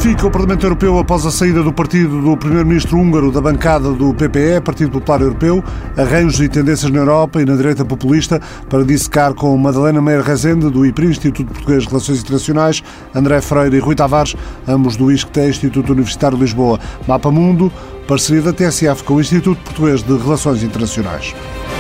Fica o Parlamento Europeu após a saída do partido do primeiro-ministro húngaro da bancada do PPE, Partido Popular Europeu, arranjos e tendências na Europa e na direita populista para dissecar com Madalena Meira Rezende, do IPRI, Instituto Português de Relações Internacionais, André Freire e Rui Tavares, ambos do ISCTE, Instituto Universitário de Lisboa. Mapa Mundo, parceria da TSF com o Instituto Português de Relações Internacionais.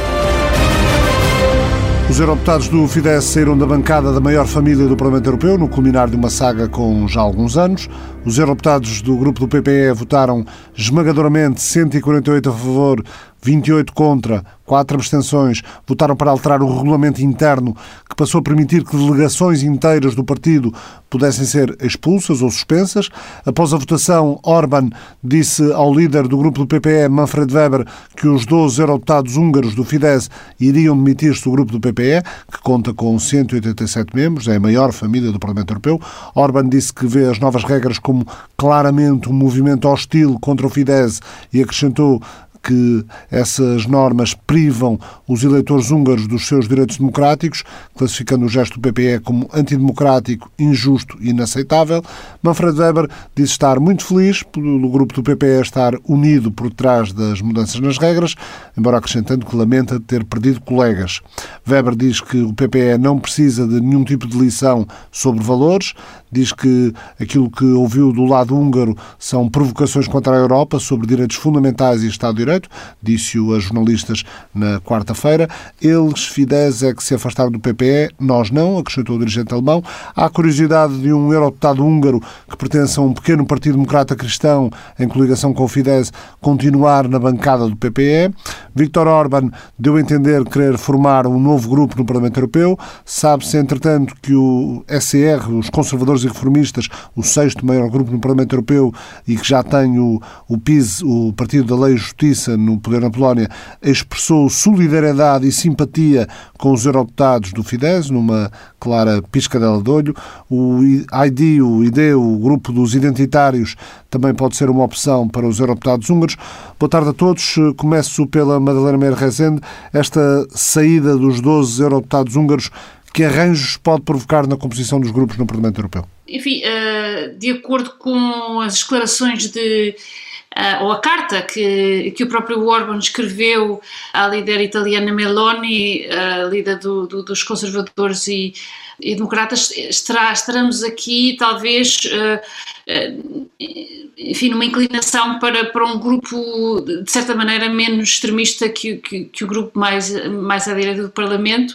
Os eurodeputados do Fidesz saíram da bancada da maior família do Parlamento Europeu, no culminar de uma saga com já alguns anos. Os eurodeputados do grupo do PPE votaram esmagadoramente 148 a favor, 28 contra, 4 abstenções, votaram para alterar o regulamento interno que passou a permitir que delegações inteiras do partido pudessem ser expulsas ou suspensas. Após a votação, Orbán disse ao líder do grupo do PPE, Manfred Weber, que os 12 eurodeputados húngaros do Fidesz iriam demitir-se do grupo do PPE, que conta com 187 membros, é a maior família do Parlamento Europeu. Orbán disse que vê as novas regras como claramente um movimento hostil contra o Fidesz e acrescentou que essas normas privam os eleitores húngaros dos seus direitos democráticos, classificando o gesto do PPE como antidemocrático, injusto e inaceitável. Manfred Weber diz estar muito feliz pelo grupo do PPE estar unido por trás das mudanças nas regras, embora acrescentando que lamenta ter perdido colegas. Weber diz que o PPE não precisa de nenhum tipo de lição sobre valores, diz que aquilo que ouviu do lado húngaro são provocações contra a Europa sobre direitos fundamentais e Estado de Direito, disse-o a jornalistas na quarta-feira. Eles, Fidesz, é que se afastaram do PPE, nós não, acrescentou o dirigente alemão. Há a curiosidade de um eurodeputado húngaro que pertence a um pequeno partido democrata cristão em coligação com o Fidesz continuar na bancada do PPE. Viktor Orbán deu a entender querer formar um novo grupo no Parlamento Europeu. Sabe-se, entretanto, que o ECR, os conservadores e reformistas, o sexto maior grupo no Parlamento Europeu e que já tem o PiS, o Partido da Lei e Justiça, no poder na Polónia, expressou solidariedade e simpatia com os eurodeputados do Fidesz, numa clara piscadela de olho. O ID, o grupo dos identitários, também pode ser uma opção para os eurodeputados húngaros. Boa tarde a todos. Começo pela Madalena Meira Rezende. Esta saída dos 12 eurodeputados húngaros, que arranjos pode provocar na composição dos grupos no Parlamento Europeu? Enfim, de acordo com as declarações ou a carta que o próprio Orbán escreveu à líder italiana Meloni, líder dos conservadores e democratas, estaremos aqui talvez enfim, numa inclinação para um grupo de certa maneira menos extremista que o grupo mais à direita do Parlamento.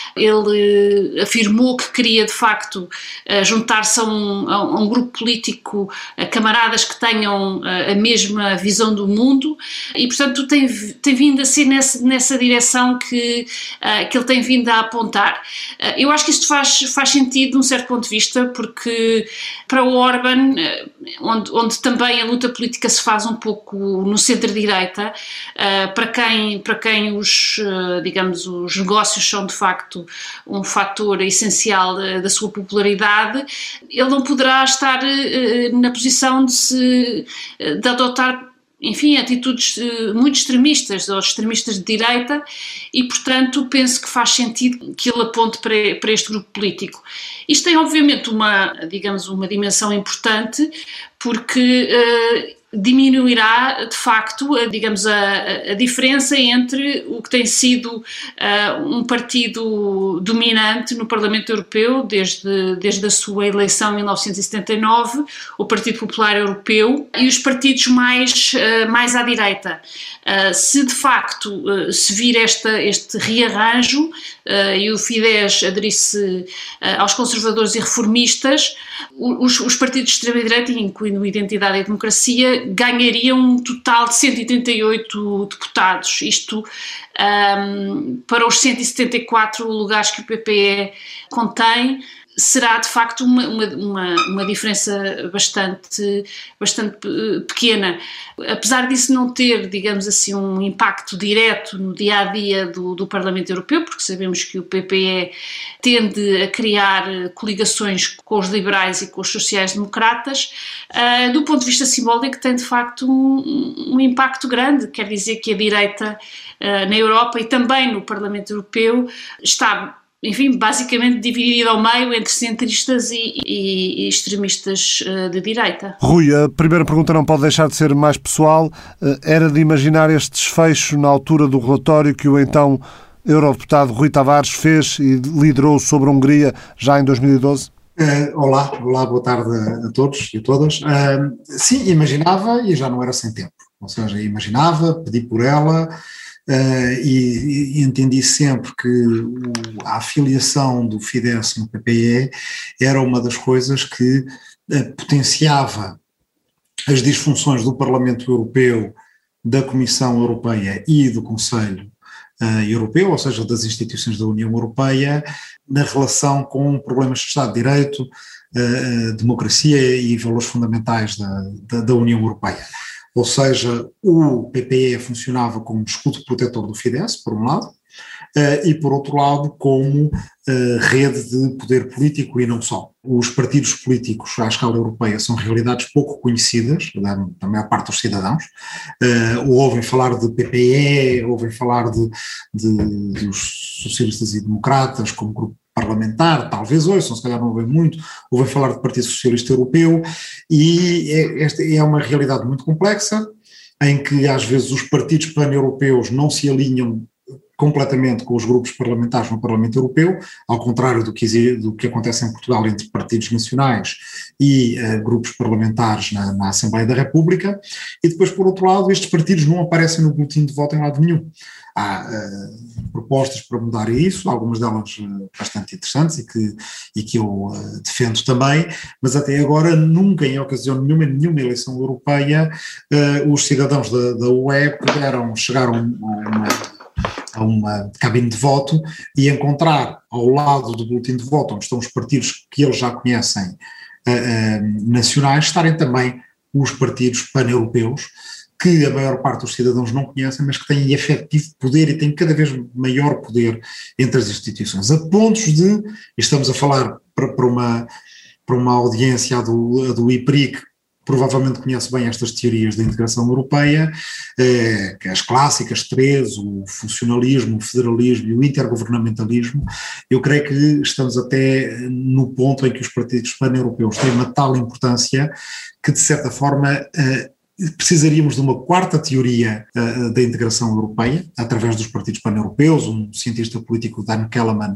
Ele afirmou que queria de facto juntar-se a um grupo político, a camaradas que tenham a mesma visão do mundo e portanto tem vindo a ser nessa direção que ele tem vindo a apontar. Eu acho que isto faz sentido de um certo ponto de vista, porque para o Orbán, onde também a luta política se faz um pouco no centro-direita, para quem os negócios são de facto um fator essencial da sua popularidade, ele não poderá estar na posição de adotar, enfim, atitudes muito extremistas ou extremistas de direita e, portanto, penso que faz sentido que ele aponte para este grupo político. Isto tem, obviamente, uma dimensão importante, porque diminuirá, de facto, a diferença entre o que tem sido um partido dominante no Parlamento Europeu desde a sua eleição em 1979, o Partido Popular Europeu, e os partidos mais à direita. Se de facto se vir este rearranjo e o Fidesz aderir-se aos conservadores e reformistas, os partidos de extrema-direita, incluindo a Identidade e a Democracia, ganhariam um total de 138 deputados. Isto para os 174 lugares que o PPE contém, será de facto uma diferença bastante pequena. Apesar disso não ter, digamos assim, um impacto direto no dia-a-dia do Parlamento Europeu, porque sabemos que o PPE tende a criar coligações com os liberais e com os sociais-democratas, do ponto de vista simbólico tem de facto um impacto grande. Quer dizer que a direita na Europa e também no Parlamento Europeu está enfim, basicamente dividido ao meio entre centristas e extremistas de direita. Rui, a primeira pergunta não pode deixar de ser mais pessoal. Era de imaginar este desfecho na altura do relatório que o então eurodeputado Rui Tavares fez e liderou sobre a Hungria já em 2012? Olá, boa tarde a todos e a todas. Sim, imaginava e já não era sem tempo. Ou seja, imaginava, pedi por ela e entendi sempre que a afiliação do Fidesz no PPE era uma das coisas que potenciava as disfunções do Parlamento Europeu, da Comissão Europeia e do Conselho Europeu, ou seja, das instituições da União Europeia, na relação com problemas de Estado de Direito, democracia e valores fundamentais da União Europeia. Ou seja, o PPE funcionava como escudo protetor do Fidesz, por um lado, e por outro lado como rede de poder político e não só. Os partidos políticos à escala europeia são realidades pouco conhecidas da maior parte dos cidadãos. Ouvem falar de PPE, ouvem falar dos socialistas e democratas como grupo parlamentar, talvez ouçam, se calhar não ouvem muito, ouvem falar do Partido Socialista Europeu, e esta é uma realidade muito complexa, em que às vezes os partidos pan-europeus não se alinham completamente com os grupos parlamentares no Parlamento Europeu, ao contrário do que acontece em Portugal entre partidos nacionais e grupos parlamentares na Assembleia da República, e depois, por outro lado, estes partidos não aparecem no boletim de voto em lado nenhum. Há propostas para mudar isso, algumas delas bastante interessantes e que eu defendo também, mas até agora nunca, em ocasião nenhuma, em nenhuma eleição europeia, os cidadãos da UE puderam chegar a uma cabine de voto e encontrar ao lado do boletim de voto, onde estão os partidos que eles já conhecem nacionais, estarem também os partidos pan-europeus, que a maior parte dos cidadãos não conhecem, mas que têm efetivo poder e têm cada vez maior poder entre as instituições, a pontos de, e estamos a falar para uma audiência do IPRI, que provavelmente conhece bem estas teorias da integração europeia, as clássicas três, o funcionalismo, o federalismo e o intergovernamentalismo. Eu creio que estamos até no ponto em que os partidos pan-europeus têm uma tal importância que, de certa forma, precisaríamos de uma quarta teoria da integração europeia, através dos partidos pan-europeus. Um cientista político, Dan Kellerman,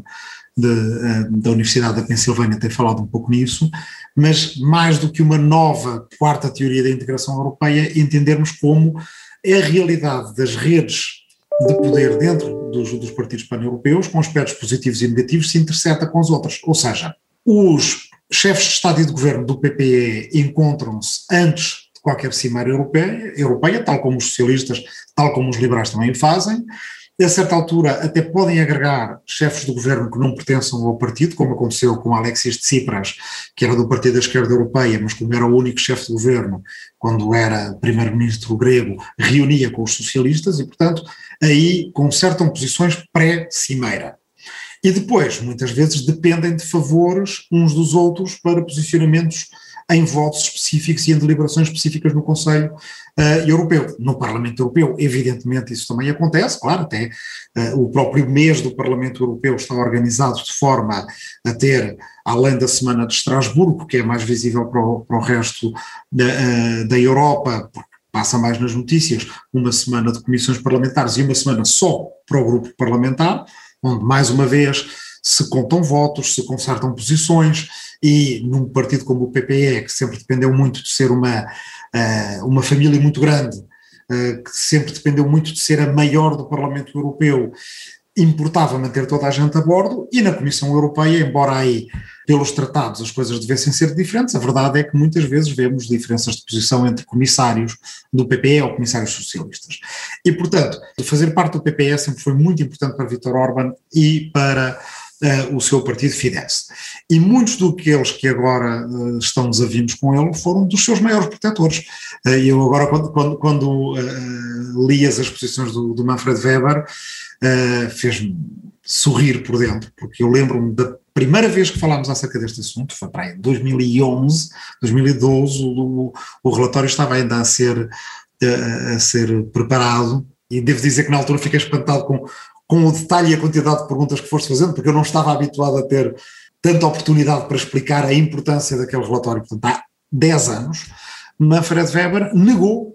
da Universidade da Pensilvânia, tem falado um pouco nisso, mas mais do que uma nova quarta teoria da integração europeia, entendermos como é a realidade das redes de poder dentro dos partidos pan-europeus, com aspectos positivos e negativos, se intersecta com as outras. Ou seja, os chefes de Estado e de Governo do PPE encontram-se antes de qualquer cimeira europeia, tal como os socialistas, tal como os liberais também o fazem. A certa altura até podem agregar chefes do governo que não pertençam ao partido, como aconteceu com Alexis Tsipras, que era do Partido da Esquerda Europeia, mas como era o único chefe de governo, quando era primeiro-ministro grego, reunia com os socialistas e, portanto, aí concertam posições pré-cimeira. E depois, muitas vezes, dependem de favores uns dos outros para posicionamentos em votos específicos e em deliberações específicas no Conselho Europeu. No Parlamento Europeu, evidentemente, isso também acontece, claro, até o próprio mês do Parlamento Europeu está organizado de forma a ter, além da Semana de Estrasburgo, que é mais visível para o resto da Europa, porque passa mais nas notícias, uma semana de comissões parlamentares e uma semana só para o grupo parlamentar, onde, mais uma vez, se contam votos, se concertam posições, e num partido como o PPE, que sempre dependeu muito de ser uma família muito grande, que sempre dependeu muito de ser a maior do Parlamento Europeu, importava manter toda a gente a bordo, e na Comissão Europeia, embora aí pelos tratados as coisas devessem ser diferentes, a verdade é que muitas vezes vemos diferenças de posição entre comissários do PPE ou comissários socialistas. E, portanto, fazer parte do PPE sempre foi muito importante para Viktor Orbán e para o seu partido Fidesz. E muitos daqueles que agora estão desavindos com ele foram dos seus maiores protetores. Eu agora, quando li as exposições do Manfred Weber, fez-me sorrir por dentro, porque eu lembro-me da primeira vez que falámos acerca deste assunto, foi para aí 2011, 2012, o relatório estava ainda a ser preparado, e devo dizer que na altura fiquei espantado com com o detalhe e a quantidade de perguntas que foste fazendo, porque eu não estava habituado a ter tanta oportunidade para explicar a importância daquele relatório. Portanto, há 10 anos, Manfred Weber negou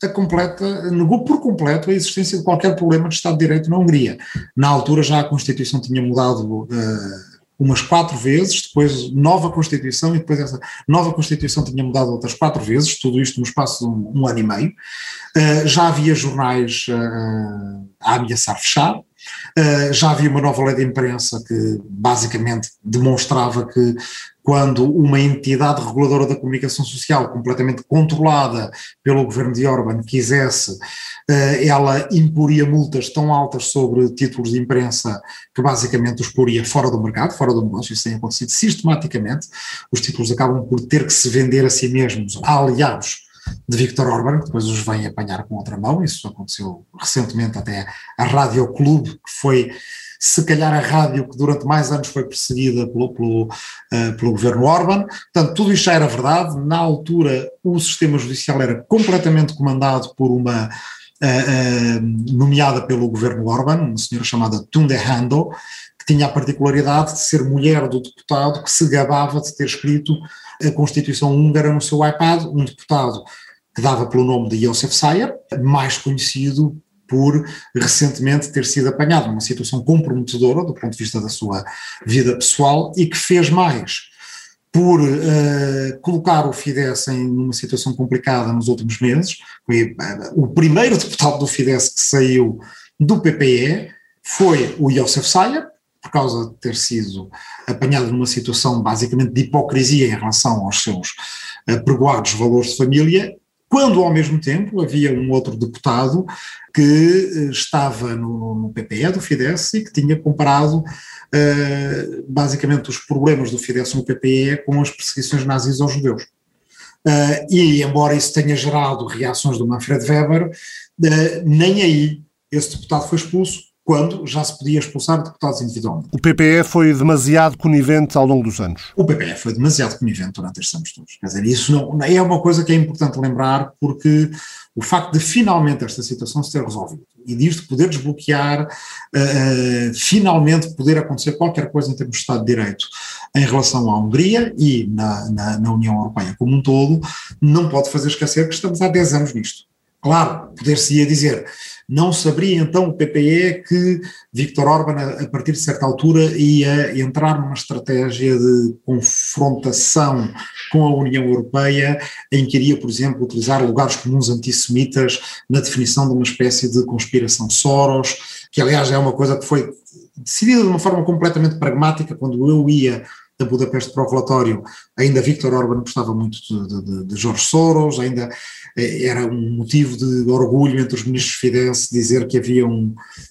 por completo a existência de qualquer problema de Estado de Direito na Hungria. Na altura já a Constituição tinha mudado umas 4 vezes, depois nova Constituição, e depois essa nova Constituição tinha mudado outras 4 vezes, tudo isto no espaço de um ano e meio. Já havia jornais a ameaçar fechar, já havia uma nova lei de imprensa que basicamente demonstrava que quando uma entidade reguladora da comunicação social completamente controlada pelo governo de Orbán quisesse, ela imporia multas tão altas sobre títulos de imprensa que basicamente os poria fora do mercado, fora do negócio. Isso tem acontecido sistematicamente. Os títulos acabam por ter que se vender a si mesmos a aliados de Viktor Orbán, que depois os vem apanhar com outra mão. Isso aconteceu recentemente até à Rádio Clube, que foi se calhar a rádio que durante mais anos foi perseguida pelo governo Orbán. Portanto, tudo isto já era verdade. Na altura o sistema judicial era completamente comandado por uma nomeada pelo governo Orbán, uma senhora chamada Tunde Handel, que tinha a particularidade de ser mulher do deputado que se gabava de ter escrito a Constituição húngara no seu iPad, um deputado que dava pelo nome de József Szájer, mais conhecido por recentemente ter sido apanhado numa situação comprometedora do ponto de vista da sua vida pessoal e que fez mais por colocar o Fidesz numa situação complicada nos últimos meses. Foi o primeiro deputado do Fidesz que saiu do PPE, foi o József Szájer, por causa de ter sido apanhado numa situação basicamente de hipocrisia em relação aos seus pregoados valores de família, quando ao mesmo tempo havia um outro deputado que estava no PPE do Fidesz e que tinha comparado basicamente os problemas do Fidesz no PPE com as perseguições nazis aos judeus. E embora isso tenha gerado reações do Manfred Weber, nem aí esse deputado foi expulso, quando já se podia expulsar deputados individualmente. O PPE foi demasiado conivente ao longo dos anos. O PPE foi demasiado conivente durante estes anos todos. Quer dizer, isso não é uma coisa que é importante lembrar, porque o facto de finalmente esta situação se ter resolvido e disto poder desbloquear, finalmente poder acontecer qualquer coisa em termos de Estado de Direito em relação à Hungria e na União Europeia como um todo, não pode fazer esquecer que estamos há 10 anos nisto. Claro, poder-se-ia dizer, não saberia então o PPE que Viktor Orbán, a partir de certa altura, ia entrar numa estratégia de confrontação com a União Europeia, em que iria, por exemplo, utilizar lugares comuns antissemitas na definição de uma espécie de conspiração Soros, que aliás é uma coisa que foi decidida de uma forma completamente pragmática. Quando eu ia a Budapeste para o relatório, ainda Viktor Orbán gostava muito de George Soros, ainda era um motivo de orgulho entre os ministros Fidesz dizer que havia um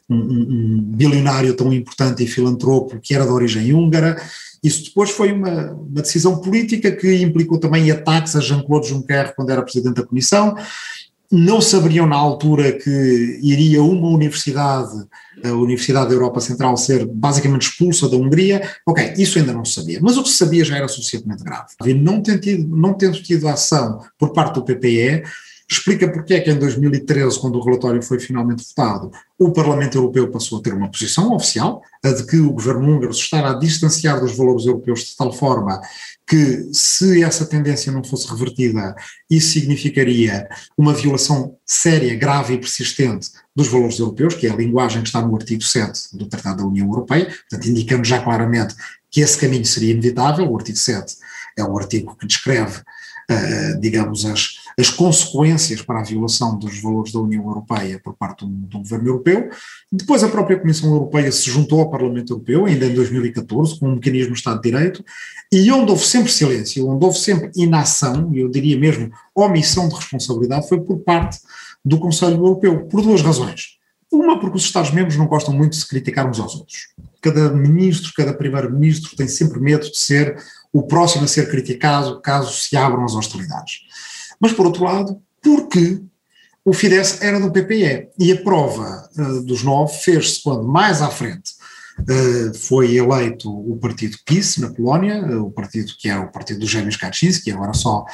bilionário tão importante e filantropo que era de origem húngara. Isso depois foi uma decisão política que implicou também ataques a Jean-Claude Juncker quando era presidente da Comissão. Não saberiam na altura que iria uma universidade, a Universidade da Europa Central, ser basicamente expulsa da Hungria. Ok, isso ainda não se sabia, mas o que se sabia já era suficientemente grave. Não tendo tido ação por parte do PPE, explica porque é que em 2013, quando o relatório foi finalmente votado, o Parlamento Europeu passou a ter uma posição oficial, a de que o governo húngaro se estava a distanciar dos valores europeus de tal forma que, se essa tendência não fosse revertida, isso significaria uma violação séria, grave e persistente dos valores europeus, que é a linguagem que está no artigo 7 do Tratado da União Europeia, portanto indicando já claramente que esse caminho seria inevitável. O artigo 7 é o artigo que descreve, digamos, as consequências para a violação dos valores da União Europeia por parte do governo europeu. Depois a própria Comissão Europeia se juntou ao Parlamento Europeu, ainda em 2014, com um mecanismo de Estado de Direito, e onde houve sempre silêncio, onde houve sempre inação, e eu diria mesmo omissão de responsabilidade, foi por parte do Conselho Europeu, por 2 razões. Uma, porque os Estados-membros não gostam muito de se criticar uns aos outros. Cada ministro, cada primeiro-ministro tem sempre medo de ser o próximo a ser criticado caso se abram as hostilidades. Mas, por outro lado, porque o Fidesz era do PPE, e a prova dos 9 fez-se quando, mais à frente, foi eleito o partido PiS na Polónia, o partido que era o partido do Janusz Kaczynski, agora só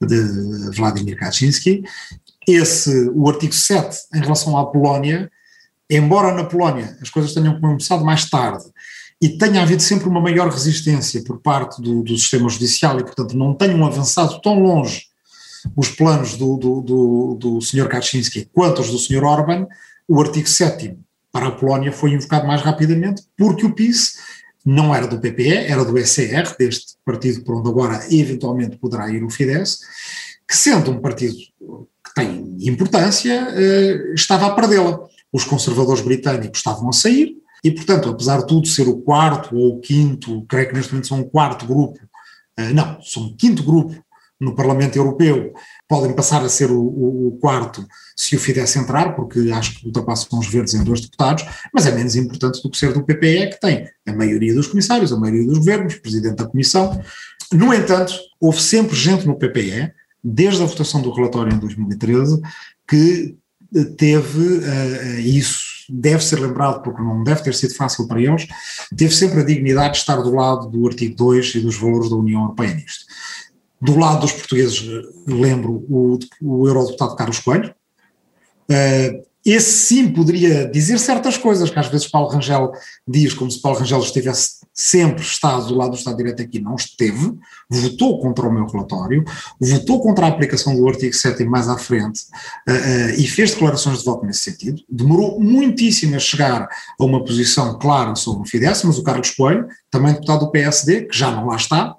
de Vladimir Kaczynski. O artigo 7, em relação à Polónia, embora na Polónia as coisas tenham começado mais tarde e tenha havido sempre uma maior resistência por parte do sistema judicial e, portanto, não tenham avançado tão longe os planos do Sr. Kaczynski quanto os do Sr. Orbán, o artigo 7º para a Polónia foi invocado mais rapidamente porque o PiS não era do PPE, era do ECR, deste partido por onde agora eventualmente poderá ir o Fidesz, que sendo um partido que tem importância, estava a perdê-la. Os conservadores britânicos estavam a sair e, portanto, apesar de tudo ser o quarto ou o quinto, creio que neste momento são um quarto grupo, não, são um quinto grupo no Parlamento Europeu, podem passar a ser o quarto se o Fidesz entrar, porque acho que ultrapassam os verdes em 2 deputados, mas é menos importante do que ser do PPE, que tem a maioria dos comissários, a maioria dos governos, presidente da Comissão. No entanto, houve sempre gente no PPE, desde a votação do relatório em 2013, que teve, isso deve ser lembrado porque não deve ter sido fácil para eles, teve sempre a dignidade de estar do lado do artigo 2 e dos valores da União Europeia nisto. Do lado dos portugueses, lembro o eurodeputado Carlos Coelho. Esse sim poderia dizer certas coisas que às vezes Paulo Rangel diz, como se Paulo Rangel estivesse sempre estado do lado do Estado de Direito, aqui não esteve, votou contra o meu relatório, votou contra a aplicação do artigo 7º mais à frente e fez declarações de voto nesse sentido. Demorou muitíssimo a chegar a uma posição clara sobre o Fidesz, mas o Carlos Coelho, também deputado do PSD, que já não lá está,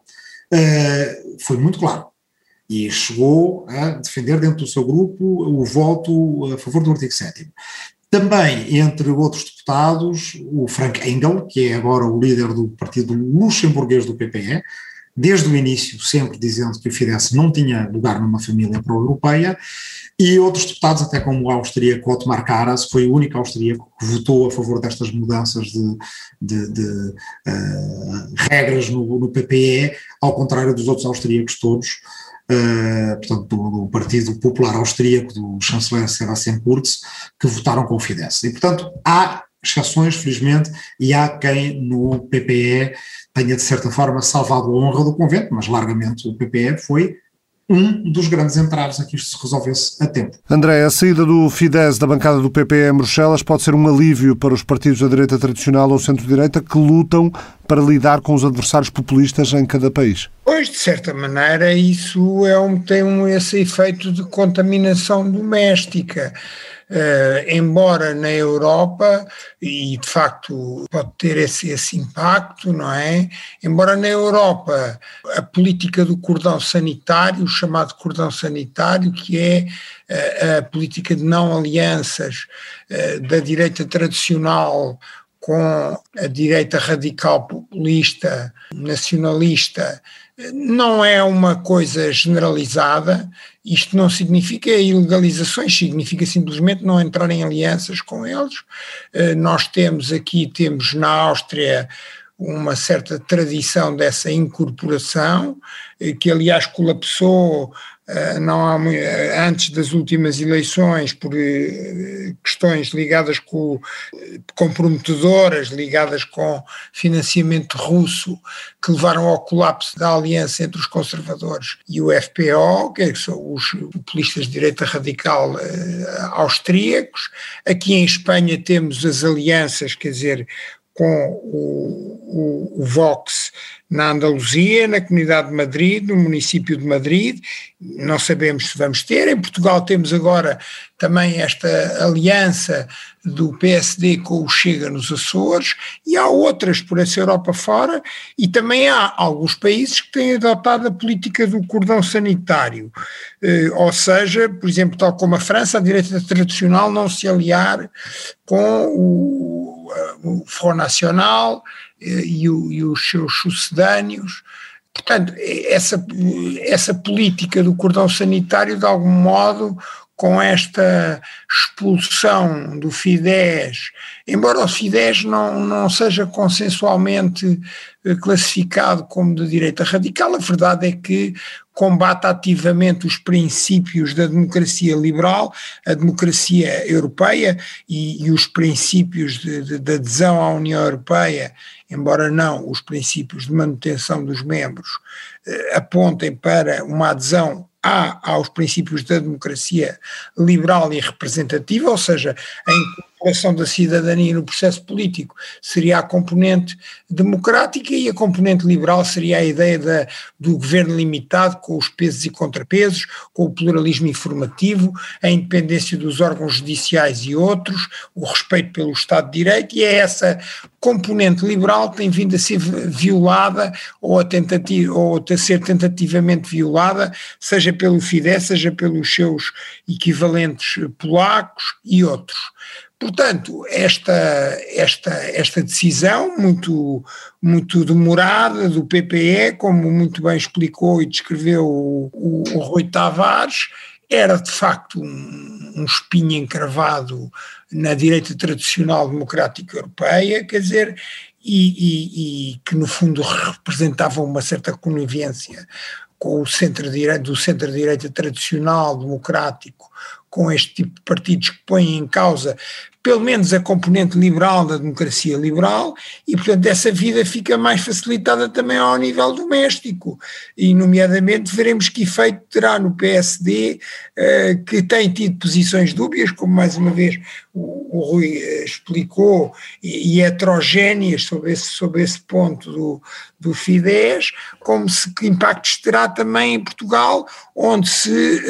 foi muito claro e chegou a defender dentro do seu grupo o voto a favor do artigo 7º. Também, entre outros deputados, o Frank Engel, que é agora o líder do partido luxemburguês do PPE, desde o início sempre dizendo que o Fidesz não tinha lugar numa família pró-europeia, e outros deputados, até como o austríaco Ottmar Karas, foi o único austríaco que votou a favor destas mudanças de regras no PPE, ao contrário dos outros austríacos todos, portanto do Partido Popular Austríaco, do chanceler Sebastian Kurz, que votaram com o Fidesz. E, portanto, há exceções, felizmente, e há quem no PPE tenha, de certa forma, salvado a honra do convento, mas largamente o PPE foi um dos grandes entraves a que isto se resolvesse a tempo. André, a saída do Fidesz da bancada do PPE em Bruxelas pode ser um alívio para os partidos da direita tradicional ou centro-direita que lutam para lidar com os adversários populistas em cada país? Pois, de certa maneira, isso tem esse efeito de contaminação doméstica. Embora na Europa, e de facto pode ter esse impacto, não é? Embora na Europa a política do cordão sanitário, o chamado cordão sanitário, que é a política de não alianças da direita tradicional com a direita radical populista, nacionalista, não é uma coisa generalizada. Isto não significa ilegalizações, significa simplesmente não entrar em alianças com eles. Nós temos na Áustria uma certa tradição dessa incorporação, que aliás colapsou antes das últimas eleições por questões ligadas comprometedoras, ligadas com financiamento russo, que levaram ao colapso da aliança entre os conservadores e o FPÖ, que são os populistas de direita radical austríacos. Aqui em Espanha temos as alianças, quer dizer, com o Vox na Andaluzia, na Comunidade de Madrid, no município de Madrid. Não sabemos se vamos ter. Em Portugal temos agora também esta aliança do PSD com o Chega nos Açores, e há outras por essa Europa fora, e também há alguns países que têm adotado a política do cordão sanitário, ou seja, por exemplo, tal como a França, a direita tradicional não se aliar com o Front National e os seus sucedâneos. Portanto, essa política do cordão sanitário, de algum modo, com esta expulsão do Fidesz, embora o Fidesz não seja consensualmente classificado como de direita radical, a verdade é que combate ativamente os princípios da democracia liberal, a democracia europeia e os princípios de adesão à União Europeia, embora não os princípios de manutenção dos membros apontem para uma adesão aos princípios da democracia liberal e representativa, ou seja, a incorporação da cidadania no processo político seria a componente democrática e a componente liberal seria a ideia do governo limitado, com os pesos e contrapesos, com o pluralismo informativo, a independência dos órgãos judiciais e outros, o respeito pelo Estado de Direito, e é essa componente liberal que tem vindo a ser violada ou a ser tentativamente violada, seja pelo Fidesz, seja pelos seus equivalentes polacos e outros. Portanto, esta decisão muito demorada do PPE, como muito bem explicou e descreveu o Rui Tavares, era de facto um espinho encravado na direita tradicional democrática europeia, quer dizer, e que no fundo representava uma certa conivência com o centro-direita tradicional democrático, com este tipo de partidos que põem em causa pelo menos a componente liberal da democracia liberal, e portanto essa vida fica mais facilitada também ao nível doméstico, e nomeadamente veremos que efeito terá no PSD, que tem tido posições dúbias, como mais uma vez o Rui explicou, e heterogéneas sobre esse ponto do Fidesz, que impactos terá também em Portugal, onde se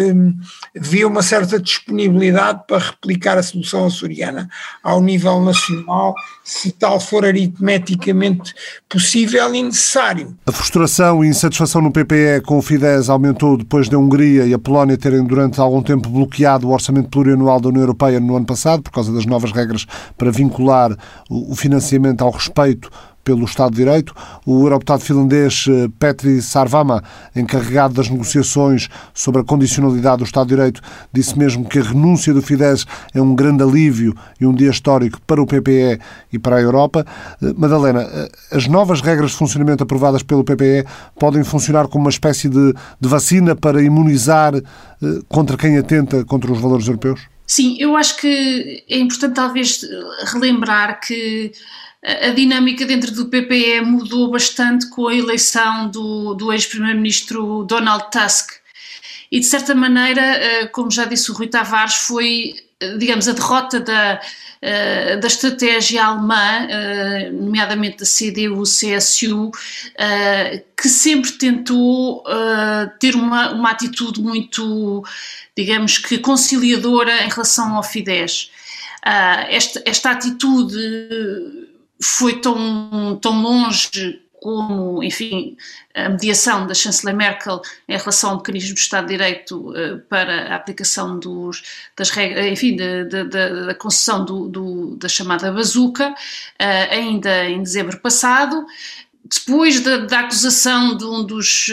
vê uma certa disponibilidade para replicar a solução açoriana ao nível nacional, se tal for aritmeticamente possível e necessário. A frustração e insatisfação no PPE com o Fidesz aumentou depois da Hungria e a Polónia terem durante algum tempo bloqueado o orçamento plurianual da União Europeia no ano passado, por causa das novas regras para vincular o financiamento ao respeito pelo Estado de Direito. O eurodeputado finlandês Petri Sarvamaa, encarregado das negociações sobre a condicionalidade do Estado de Direito, disse mesmo que a renúncia do Fidesz é um grande alívio e um dia histórico para o PPE e para a Europa. Madalena, as novas regras de funcionamento aprovadas pelo PPE podem funcionar como uma espécie de vacina para imunizar contra quem atenta contra os valores europeus? Sim, eu acho que é importante talvez relembrar que a dinâmica dentro do PPE mudou bastante com a eleição do ex-primeiro-ministro Donald Tusk, e de certa maneira, como já disse o Rui Tavares, foi, digamos, a derrota da estratégia alemã, nomeadamente da CDU-CSU, que sempre tentou ter uma atitude muito, digamos que conciliadora em relação ao Fidesz. Esta atitude foi tão longe como, enfim, a mediação da chanceler Merkel em relação ao mecanismo do Estado de Direito para a aplicação das regras, enfim, da concessão da chamada bazuca, ainda em dezembro passado. Depois da acusação de um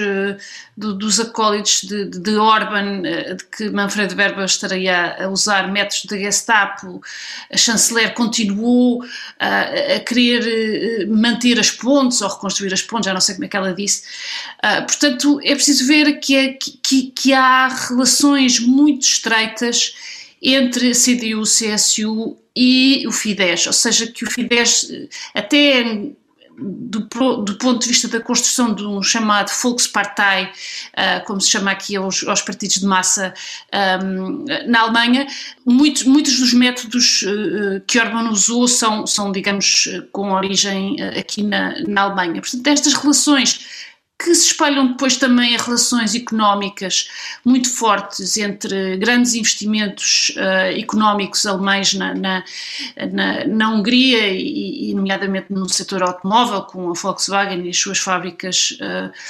dos acólitos de Orbán, de que Manfred Weber estaria a usar métodos da Gestapo, a chanceler continuou a querer manter as pontes ou reconstruir as pontes, já não sei como é que ela disse. Portanto, é preciso ver que há relações muito estreitas entre a CDU-CSU e o Fidesz, ou seja, que o Fidesz até do ponto de vista da construção de um chamado Volkspartei, como se chama aqui aos partidos de massa na Alemanha, muitos dos métodos que Orbán usou são, digamos, com origem aqui na Alemanha. Portanto, estas relações que se espalham depois também a relações económicas muito fortes entre grandes investimentos económicos alemães na Hungria e nomeadamente no setor automóvel, com a Volkswagen e as suas fábricas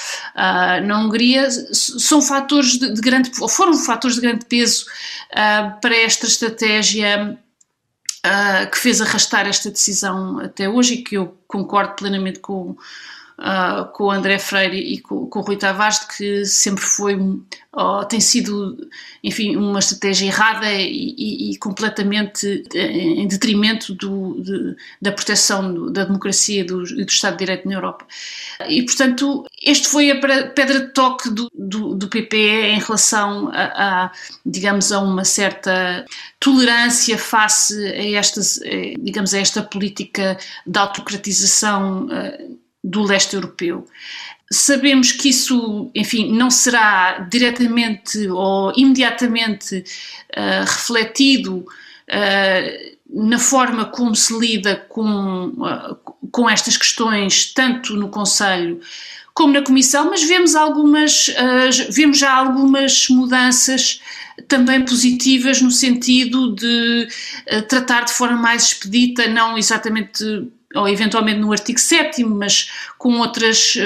na Hungria, são fatores de grande, ou foram fatores de grande peso para esta estratégia que fez arrastar esta decisão até hoje, e que eu concordo plenamente com o André Freire e com o Rui Tavares, de que sempre tem sido, enfim, uma estratégia errada e completamente em detrimento da proteção da democracia e do Estado de Direito na Europa. E, portanto, este foi a pedra de toque do PPE em relação digamos, a uma certa tolerância face a esta política de autocratização do leste europeu. Sabemos que isso, enfim, não será diretamente ou imediatamente refletido na forma como se lida com estas questões, tanto no Conselho como na Comissão, mas vemos já algumas mudanças também positivas no sentido de tratar de forma mais expedita, não exatamente ou eventualmente no artigo 7º, mas com outras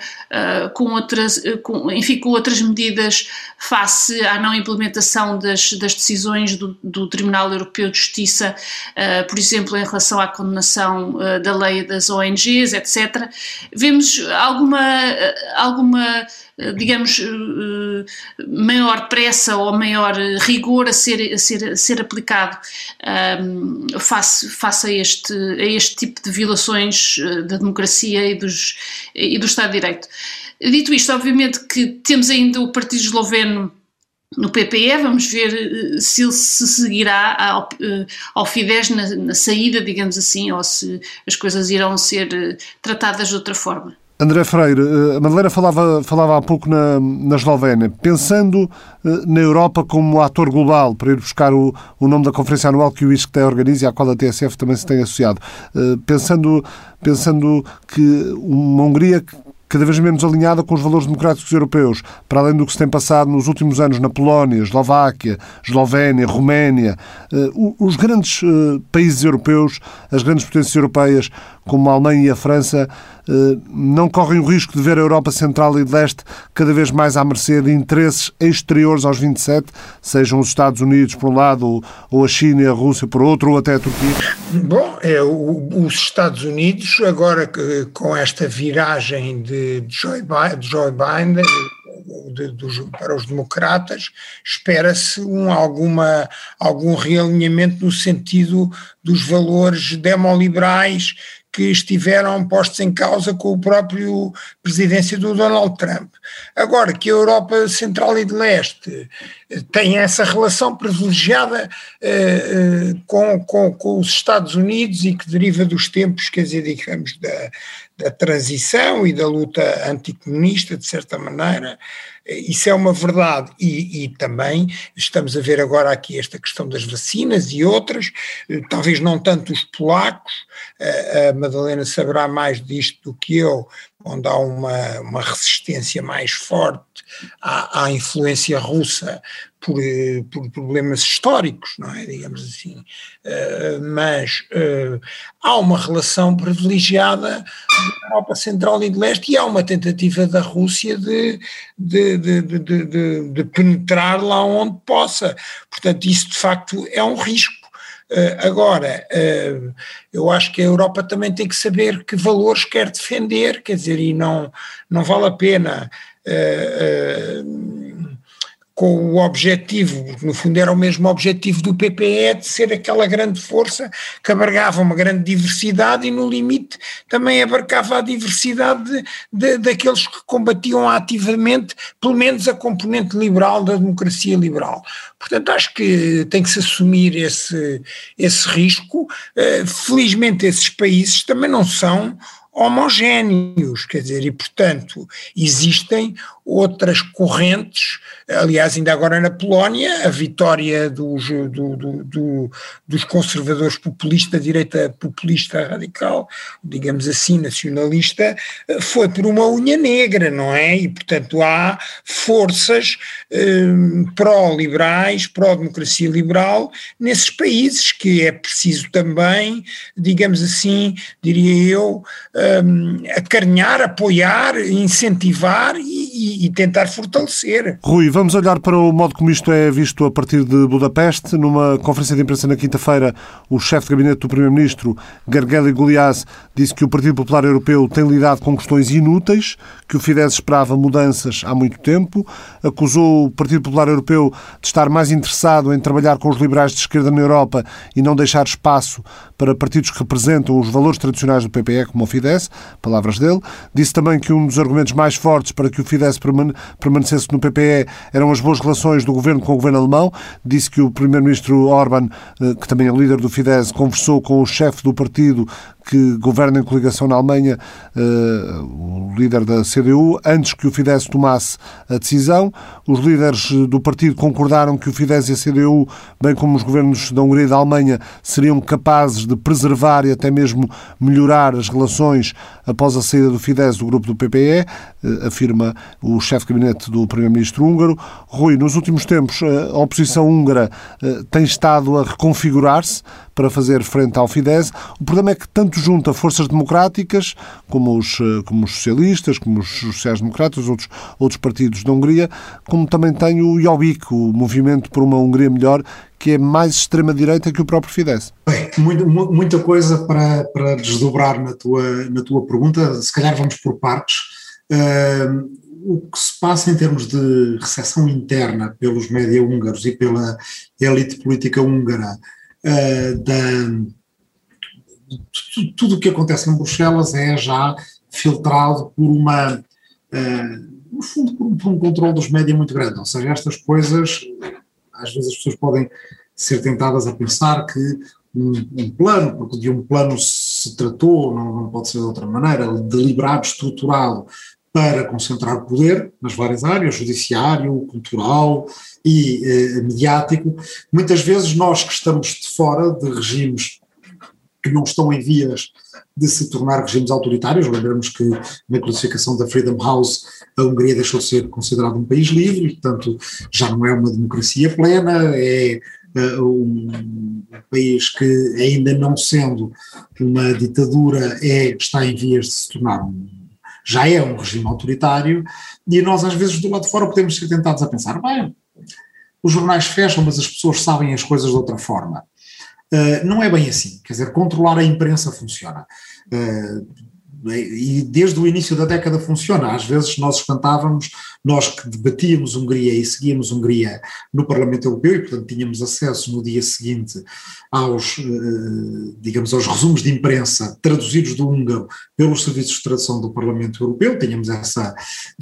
medidas face à não implementação das decisões do Tribunal Europeu de Justiça, por exemplo, em relação à condenação da lei das ONGs, etc. Vemos alguma digamos, maior pressa ou maior rigor a ser aplicado face a este tipo de violações da democracia e do Estado de Direito. Dito isto, obviamente que temos ainda o Partido Esloveno no PPE, vamos ver se ele se seguirá ao Fidesz na saída, digamos assim, ou se as coisas irão ser tratadas de outra forma. André Freire, a Madalena falava há pouco na Eslovénia, pensando na Europa como ator global, para ir buscar o nome da conferência anual que o ISCTE organiza e à qual a TSF também se tem associado, pensando que uma Hungria cada vez menos alinhada com os valores democráticos europeus, para além do que se tem passado nos últimos anos na Polónia, Eslováquia, Eslovénia, Roménia, os grandes países europeus, as grandes potências europeias, como a Alemanha e a França, não correm o risco de ver a Europa Central e de Leste cada vez mais à mercê de interesses exteriores aos 27, sejam os Estados Unidos por um lado, ou a China e a Rússia por outro, ou até a Turquia? Bom, os Estados Unidos, agora com esta viragem de Joe Biden para os democratas, espera-se algum realinhamento no sentido dos valores demoliberais que estiveram postos em causa com a própria presidência do Donald Trump. Agora, que a Europa Central e de Leste tem essa relação privilegiada com os Estados Unidos e que deriva dos tempos, quer dizer, digamos, da transição e da luta anticomunista, de certa maneira, isso é uma verdade e também estamos a ver agora aqui esta questão das vacinas e outras, talvez não tanto os polacos, a Madalena saberá mais disto do que eu, onde há uma resistência mais forte à influência russa por problemas históricos, não é, digamos assim, mas há uma relação privilegiada da Europa Central e de Leste e há uma tentativa da Rússia de penetrar lá onde possa, portanto isso de facto é um risco. Agora, eu acho que a Europa também tem que saber que valores quer defender, quer dizer, e não vale a pena com o objetivo, porque no fundo era o mesmo objetivo do PPE, de ser aquela grande força que abarcava uma grande diversidade e no limite também abarcava a diversidade daqueles que combatiam ativamente, pelo menos a componente liberal da democracia liberal. Portanto, acho que tem que se assumir esse risco. Felizmente esses países também não são homogéneos, quer dizer, e portanto existem outras correntes, aliás ainda agora na Polónia a vitória dos conservadores populistas, da direita populista radical, digamos assim, nacionalista, foi por uma unha negra, não é? E portanto há forças pró-liberais, pró-democracia liberal nesses países que é preciso também, digamos assim, diria eu, acarinhar, apoiar, incentivar e tentar fortalecer. Rui, vamos olhar para o modo como isto é visto a partir de Budapeste. Numa conferência de imprensa na quinta-feira, o chefe de gabinete do Primeiro-Ministro, Gergely Gulyás, disse que o Partido Popular Europeu tem lidado com questões inúteis, que o Fidesz esperava mudanças há muito tempo, acusou o Partido Popular Europeu de estar mais interessado em trabalhar com os liberais de esquerda na Europa e não deixar espaço para partidos que representam os valores tradicionais do PPE, como o Fidesz, palavras dele. Disse também que um dos argumentos mais fortes para que o Fidesz permanecesse no PPE eram as boas relações do governo com o governo alemão. Disse que o primeiro-ministro Orbán, que também é líder do Fidesz, conversou com o chefe do partido que governa em coligação na Alemanha, o líder da CDU, antes que o Fidesz tomasse a decisão. Os líderes do partido concordaram que o Fidesz e a CDU, bem como os governos da Hungria e da Alemanha, seriam capazes de preservar e até mesmo melhorar as relações após a saída do Fidesz do grupo do PPE, afirma o chefe de gabinete do primeiro-ministro húngaro. Rui, nos últimos tempos a oposição húngara tem estado a reconfigurar-se para fazer frente ao Fidesz. O problema é que tanto junta forças democráticas, como os socialistas, como os sociais-democratas, outros partidos da Hungria, como também tem o Jobbik, o Movimento por uma Hungria Melhor, que é mais extrema-direita que o próprio Fidesz. Bem, muita coisa para desdobrar na tua pergunta. Se calhar vamos por partes. O que se passa em termos de recepção interna pelos média húngaros e pela elite política húngara, tudo o que acontece em Bruxelas é já filtrado por no fundo, por um controle dos média muito grande. Ou seja, estas coisas, às vezes as pessoas podem ser tentadas a pensar que um plano, porque de um plano se tratou, não pode ser de outra maneira, deliberado, estruturado, para concentrar poder nas várias áreas, judiciário, cultural e mediático. Muitas vezes nós que estamos de fora de regimes que não estão em vias de se tornar regimes autoritários, lembramos que na classificação da Freedom House a Hungria deixou de ser considerada um país livre, portanto já não é uma democracia plena, é um país que ainda não sendo uma ditadura está em vias de se tornar já é um regime autoritário, e nós às vezes do lado de fora podemos ser tentados a pensar, bem, os jornais fecham, mas as pessoas sabem as coisas de outra forma. Não é bem assim, quer dizer, controlar a imprensa funciona. E desde o início da década funciona. Às vezes nós espantávamos, nós que debatíamos Hungria e seguíamos Hungria no Parlamento Europeu e portanto tínhamos acesso no dia seguinte aos resumos de imprensa traduzidos do húngaro pelos serviços de tradução do Parlamento Europeu, tínhamos essa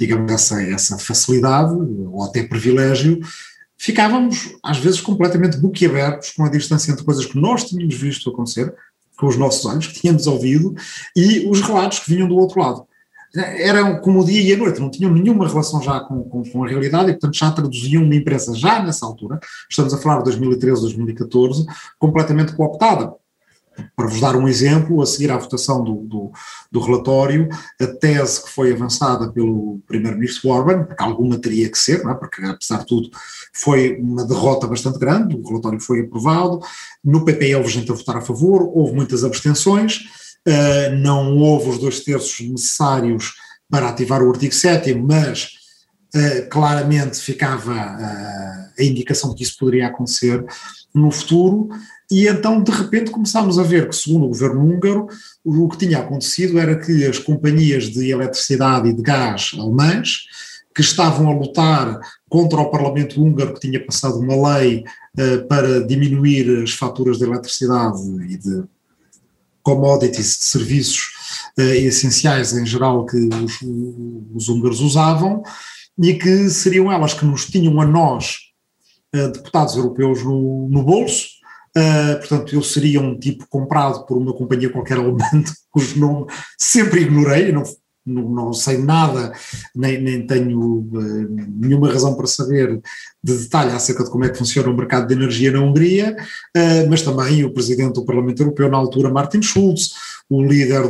facilidade ou até privilégio. Ficávamos às vezes completamente boquiabertos com a distância entre coisas que nós tínhamos visto acontecer com os nossos olhos, que tínhamos ouvido, e os relatos que vinham do outro lado. Eram como o dia e a noite, não tinham nenhuma relação já com a realidade e, portanto, já traduziam uma imprensa já nessa altura, estamos a falar de 2013, 2014, completamente cooptada. Para vos dar um exemplo, a seguir à votação do relatório, a tese que foi avançada pelo primeiro-ministro Orbán, porque alguma teria que ser, não é? Porque apesar de tudo foi uma derrota bastante grande, o relatório foi aprovado, no PPE houve gente a votar a favor, houve muitas abstenções, não houve os 2/3 necessários para ativar o artigo 7º, mas claramente ficava a indicação de que isso poderia acontecer no futuro. E então, de repente, começámos a ver que, segundo o governo húngaro, o que tinha acontecido era que as companhias de eletricidade e de gás alemãs, que estavam a lutar contra o Parlamento húngaro, que tinha passado uma lei para diminuir as faturas de eletricidade e de commodities, de serviços essenciais em geral que os húngaros usavam, e que seriam elas que nos tinham a nós, deputados europeus, no bolso. Portanto, eu seria um tipo comprado por uma companhia qualquer alemã, cujo nome sempre ignorei, não sei nada, nem tenho nenhuma razão para saber de detalhe acerca de como é que funciona o mercado de energia na Hungria, mas também o presidente do Parlamento Europeu na altura, Martin Schulz, o líder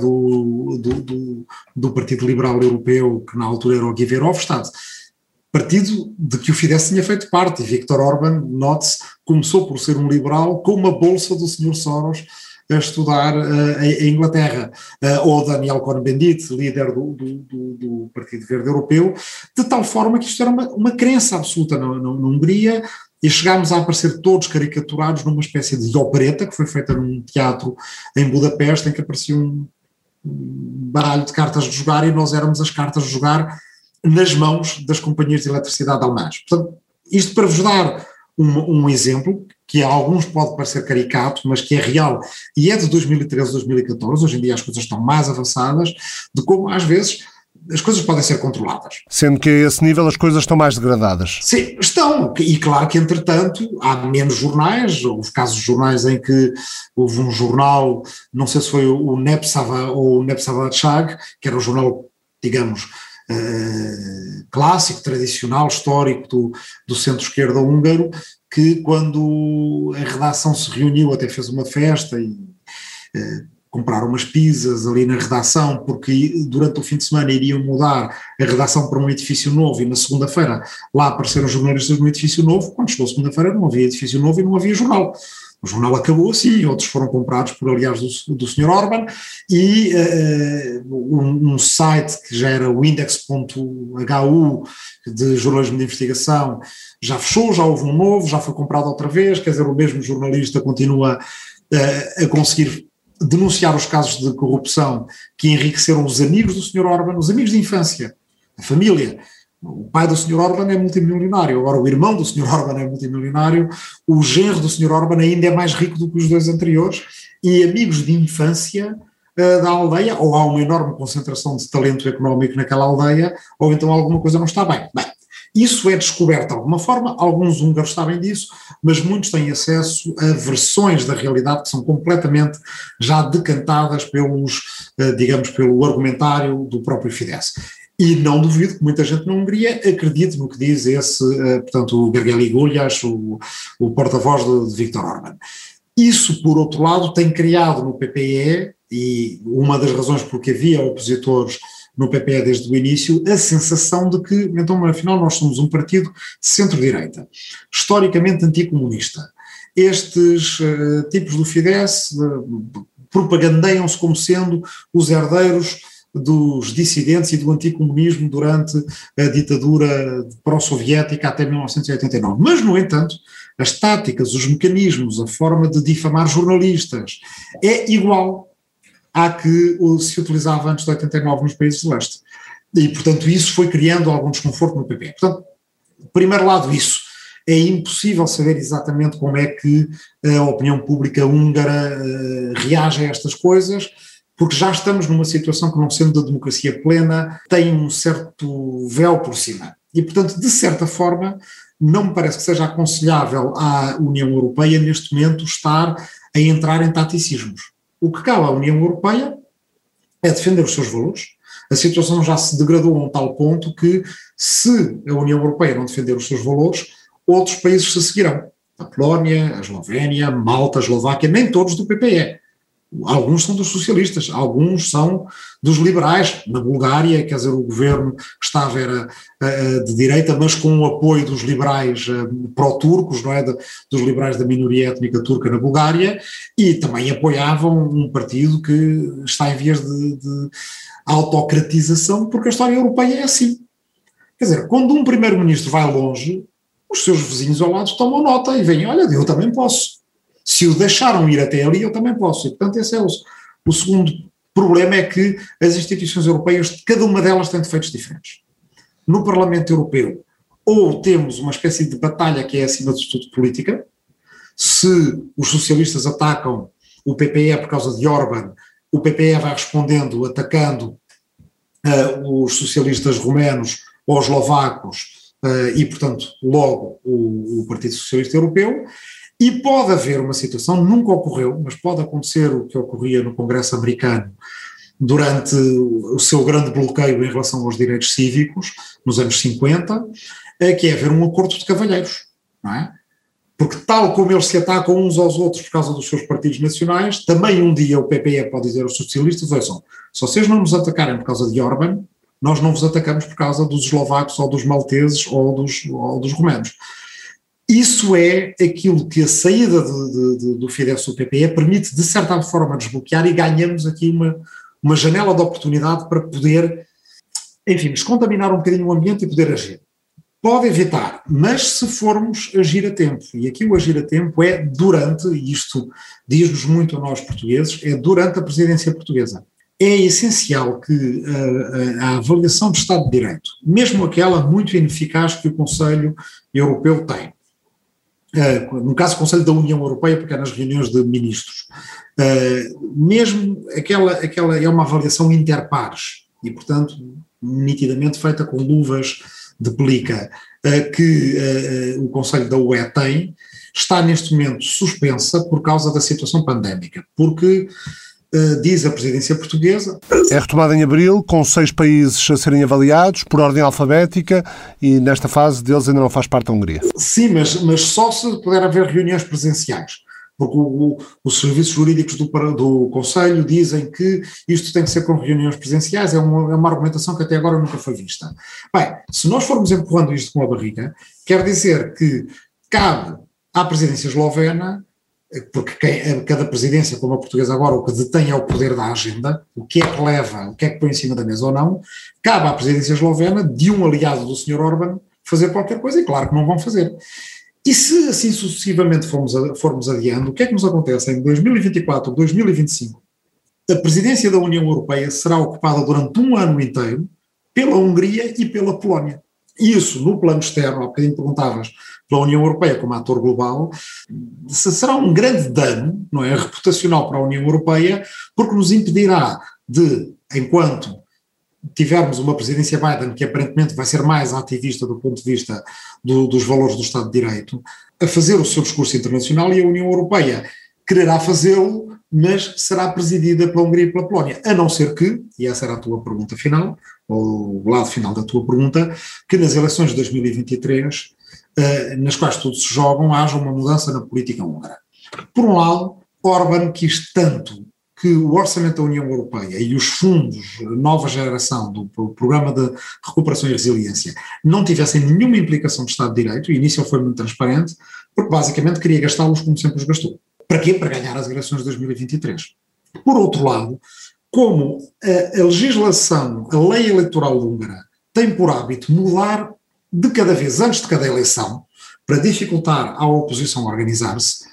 do Partido Liberal Europeu, que na altura era o Guy Verhofstadt, partido de que o Fidesz tinha feito parte, e Viktor Orbán, note-se, começou por ser um liberal com uma bolsa do Sr. Soros a estudar em Inglaterra, ou Daniel Cohn-Bendit, líder do Partido Verde Europeu, de tal forma que isto era uma crença absoluta na Hungria, e chegámos a aparecer todos caricaturados numa espécie de opereta que foi feita num teatro em Budapeste, em que aparecia um baralho de cartas de jogar, e nós éramos as cartas de jogar nas mãos das companhias de eletricidade alemãs. Portanto, isto para vos dar um exemplo, que a alguns pode parecer caricato, mas que é real, e é de 2013, 2014, hoje em dia as coisas estão mais avançadas, de como às vezes as coisas podem ser controladas. Sendo que a esse nível as coisas estão mais degradadas. Sim, estão, e claro que entretanto há menos jornais, houve casos de jornais em que houve um jornal, não sei se foi o Népszava ou o Népszava-Tság, que era um jornal, digamos, clássico, tradicional, histórico do centro-esquerda húngaro, que quando a redação se reuniu até fez uma festa e compraram umas pizzas ali na redação, porque durante o fim de semana iriam mudar a redação para um edifício novo e na segunda-feira lá apareceram jornalistas no edifício novo. Quando chegou a segunda-feira não havia edifício novo e não havia jornal. O jornal acabou assim, outros foram comprados por aliados do Sr. Orban e um site que já era o index.hu de jornalismo de investigação já fechou, já houve um novo, já foi comprado outra vez, quer dizer, o mesmo jornalista continua a conseguir denunciar os casos de corrupção que enriqueceram os amigos do Sr. Orban, os amigos de infância, a família. O pai do Sr. Orban é multimilionário, agora o irmão do Sr. Orban é multimilionário, o genro do Sr. Orban ainda é mais rico do que os dois anteriores, e amigos de infância da aldeia, ou há uma enorme concentração de talento económico naquela aldeia, ou então alguma coisa não está bem. Bem, isso é descoberto de alguma forma, alguns húngaros sabem disso, mas muitos têm acesso a versões da realidade que são completamente já decantadas digamos, pelo argumentário do próprio Fidesz. E não duvido que muita gente na Hungria acredite no que diz portanto, o Gergely Gulyás, o porta-voz de Viktor Orban. Isso, por outro lado, tem criado no PPE, e uma das razões porque havia opositores no PPE desde o início, a sensação de que, então, afinal, nós somos um partido de centro-direita, historicamente anticomunista. Estes tipos do Fidesz propagandeiam-se como sendo os herdeiros dos dissidentes e do anticomunismo durante a ditadura pró-soviética até 1989. Mas, no entanto, as táticas, os mecanismos, a forma de difamar jornalistas é igual à que se utilizava antes de 89 nos países do leste. E, portanto, isso foi criando algum desconforto no PP. Portanto, primeiro lado, isso. É impossível saber exatamente como é que a opinião pública húngara reage a estas coisas, porque já estamos numa situação que, não sendo da democracia plena, tem um certo véu por cima. E, portanto, de certa forma, não me parece que seja aconselhável à União Europeia, neste momento, estar a entrar em taticismos. O que cabe à União Europeia é defender os seus valores. A situação já se degradou a um tal ponto que, se a União Europeia não defender os seus valores, outros países se seguirão. A Polónia, a Eslovénia, Malta, a Eslováquia, nem todos do PPE. Alguns são dos socialistas, alguns são dos liberais. Na Bulgária, quer dizer, o governo que estava era de direita, mas com o apoio dos liberais pró-turcos, não é? Dos liberais da minoria étnica turca na Bulgária, e também apoiavam um partido que está em vias de autocratização, porque a história europeia é assim. Quer dizer, quando um primeiro-ministro vai longe, os seus vizinhos ao lado tomam nota e veem, olha, eu também posso. Se o deixaram ir até ali, eu também posso. E, portanto, esse é o segundo problema, é que as instituições europeias, cada uma delas tem defeitos diferentes. No Parlamento Europeu, ou temos uma espécie de batalha que é, acima de tudo, política. Se os socialistas atacam o PPE por causa de Orban, o PPE vai respondendo, atacando os socialistas romenos ou eslovacos e, portanto, logo o Partido Socialista Europeu. E pode haver uma situação, nunca ocorreu, mas pode acontecer o que ocorria no Congresso americano durante o seu grande bloqueio em relação aos direitos cívicos, nos anos 50, que é haver um acordo de cavalheiros, não é? Porque tal como eles se atacam uns aos outros por causa dos seus partidos nacionais, também um dia o PPE pode dizer aos socialistas, ouçam, se vocês não nos atacarem por causa de Orban, nós não vos atacamos por causa dos eslovacos ou dos malteses ou dos romanos. Isso é aquilo que a saída do Fidesz do PPE permite, de certa forma, desbloquear, e ganhamos aqui uma janela de oportunidade para poder, enfim, descontaminar um bocadinho o ambiente e poder agir. Pode evitar, mas se formos agir a tempo, e aqui o agir a tempo é durante, e isto diz-nos muito a nós portugueses, é durante a presidência portuguesa. É essencial que a avaliação de Estado de Direito, mesmo aquela muito ineficaz que o Conselho Europeu tem, no caso do Conselho da União Europeia, porque é nas reuniões de ministros, mesmo aquela é uma avaliação interpares e, portanto, nitidamente feita com luvas de pelica, que o Conselho da UE tem, está neste momento suspensa por causa da situação pandémica, porque diz a presidência portuguesa. É retomada em abril, com 6 países a serem avaliados por ordem alfabética e nesta fase deles ainda não faz parte a Hungria. Sim, mas só se puder haver reuniões presenciais, porque os serviços jurídicos do Conselho dizem que isto tem que ser com reuniões presenciais, é uma argumentação que até agora nunca foi vista. Bem, se nós formos empurrando isto com a barriga, quer dizer que cabe à presidência eslovena, porque cada presidência, como a portuguesa agora, o que detém é o poder da agenda, o que é que leva, o que é que põe em cima da mesa ou não, cabe à presidência eslovena, de um aliado do Sr. Orbán, fazer qualquer coisa, e claro que não vão fazer. E se assim sucessivamente formos adiando, o que é que nos acontece em 2024, 2025? A presidência da União Europeia será ocupada durante um ano inteiro pela Hungria e pela Polónia. Isso, no plano externo, há bocadinho perguntavas, pela União Europeia como ator global, será um grande dano, não é, reputacional para a União Europeia, porque nos impedirá de, enquanto tivermos uma presidência Biden que aparentemente vai ser mais ativista do ponto de vista dos valores do Estado de Direito, a fazer o seu discurso internacional, e a União Europeia quererá fazê-lo, mas será presidida pela Hungria e pela Polónia, a não ser que, e essa era a tua pergunta final, ou o lado final da tua pergunta, que nas eleições de 2023, nas quais todos se jogam, haja uma mudança na política húngara. Por um lado, Orbán quis tanto que o orçamento da União Europeia e os fundos nova geração do Programa de Recuperação e Resiliência não tivessem nenhuma implicação de Estado de Direito, e nisso ele foi muito transparente, porque basicamente queria gastá-los como sempre os gastou. Para quê? Para ganhar as eleições de 2023. Por outro lado, como a legislação, a lei eleitoral húngara tem por hábito mudar de cada vez antes de cada eleição, para dificultar à oposição organizar-se,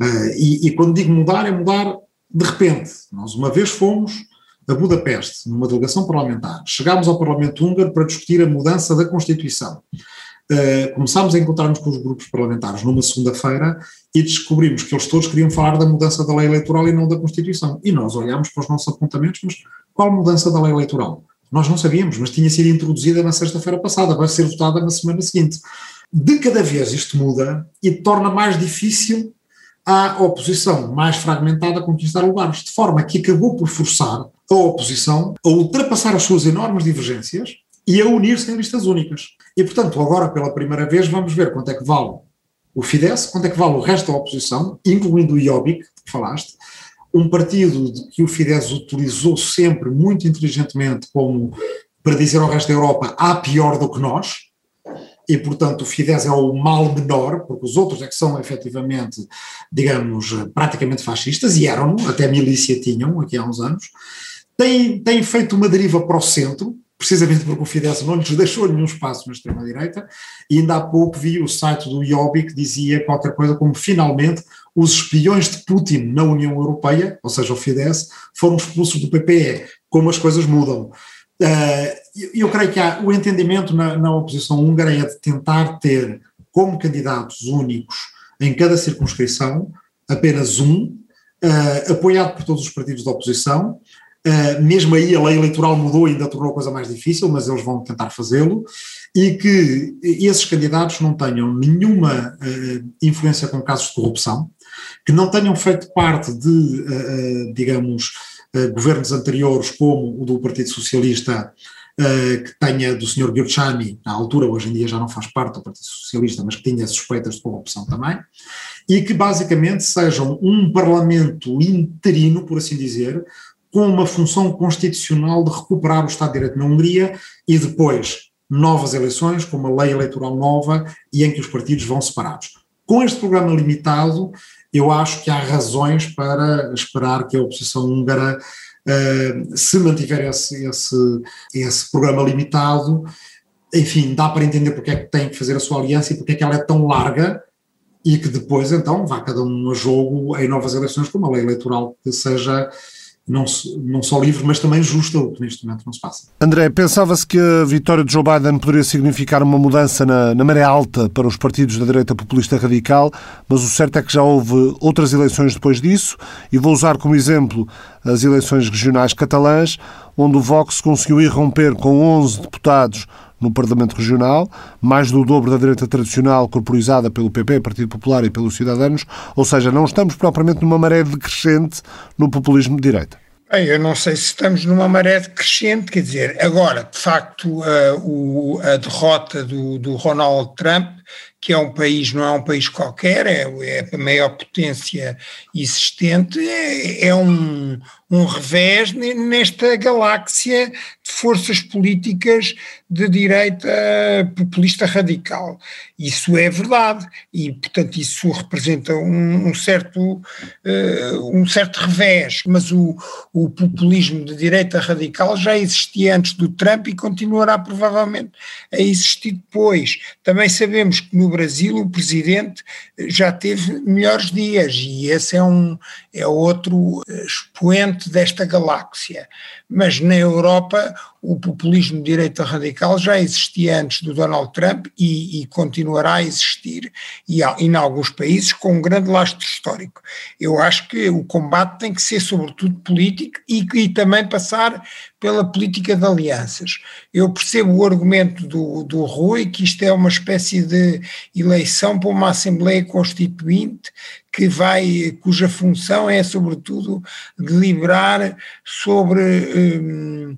e quando digo mudar, é mudar de repente. Nós uma vez fomos a Budapeste, numa delegação parlamentar, chegámos ao Parlamento húngaro para discutir a mudança da Constituição. Começámos a encontrar-nos com os grupos parlamentares numa segunda-feira e descobrimos que eles todos queriam falar da mudança da lei eleitoral e não da Constituição. E nós olhámos para os nossos apontamentos, mas qual mudança da lei eleitoral? Nós não sabíamos, mas tinha sido introduzida na sexta-feira passada, vai ser votada na semana seguinte. De cada vez isto muda e torna mais difícil à oposição mais fragmentada conquistar lugares, de forma que acabou por forçar a oposição a ultrapassar as suas enormes divergências e a unir-se em listas únicas. E, portanto, agora pela primeira vez vamos ver quanto é que vale o Fidesz, quanto é que vale o resto da oposição, incluindo o Jobbik, que falaste, um partido que o Fidesz utilizou sempre muito inteligentemente como para dizer ao resto da Europa, há pior do que nós, e portanto o Fidesz é o mal menor, porque os outros é que são efetivamente, digamos, praticamente fascistas, e eram, até milícia tinham aqui há uns anos, têm feito uma deriva para o centro, precisamente porque o Fidesz não lhes deixou nenhum espaço na extrema-direita, e ainda há pouco vi o site do Jobbik que dizia qualquer coisa como finalmente os espiões de Putin na União Europeia, ou seja, o Fidesz, foram expulsos do PPE, como as coisas mudam. Eu creio que há o entendimento na oposição húngara é de tentar ter como candidatos únicos em cada circunscrição, apenas um, apoiado por todos os partidos da oposição. Mesmo aí a lei eleitoral mudou e ainda tornou a coisa mais difícil, mas eles vão tentar fazê-lo, e que esses candidatos não tenham nenhuma influência com casos de corrupção, que não tenham feito parte de, digamos, governos anteriores como o do Partido Socialista, que tenha do Sr. Gyurcsány, na altura, hoje em dia já não faz parte do Partido Socialista, mas que tinha suspeitas de corrupção também, e que basicamente sejam um parlamento interino, por assim dizer, com uma função constitucional de recuperar o Estado de Direito na Hungria e depois novas eleições, com uma lei eleitoral nova e em que os partidos vão separados. Com este programa limitado, eu acho que há razões para esperar que a oposição húngara, se mantiver esse programa limitado, enfim, dá para entender porque é que tem que fazer a sua aliança e porque é que ela é tão larga e que depois então vá cada um a jogo em novas eleições com uma lei eleitoral que seja não só livre, mas também justa, o que neste momento não se passa. André, pensava-se que a vitória de Joe Biden poderia significar uma mudança na maré alta para os partidos da direita populista radical, mas o certo é que já houve outras eleições depois disso, e vou usar como exemplo as eleições regionais catalãs, onde o Vox conseguiu irromper com 11 deputados no Parlamento Regional, mais do dobro da direita tradicional corporizada pelo PP, Partido Popular, e pelos Ciudadanos, ou seja, não estamos propriamente numa maré decrescente no populismo de direita. Eu não sei se estamos numa maré decrescente, quer dizer, agora, de facto, a derrota do Donald Trump, que é um país, não é um país qualquer, é a maior potência existente, é um revés nesta galáxia de forças políticas de direita populista radical. Isso é verdade e, portanto, isso representa um certo revés, mas o populismo de direita radical já existia antes do Trump e continuará provavelmente a existir depois. Também sabemos que no Brasil o presidente já teve melhores dias e esse é outro expoente desta galáxia. Mas na Europa o populismo de direita radical já existia antes do Donald Trump e continuará a existir e em alguns países com um grande lastro histórico. Eu acho que o combate tem que ser sobretudo político e também passar pela política de alianças. Eu percebo o argumento do Rui, que isto é uma espécie de eleição para uma Assembleia Constituinte cuja função é, sobretudo, deliberar sobre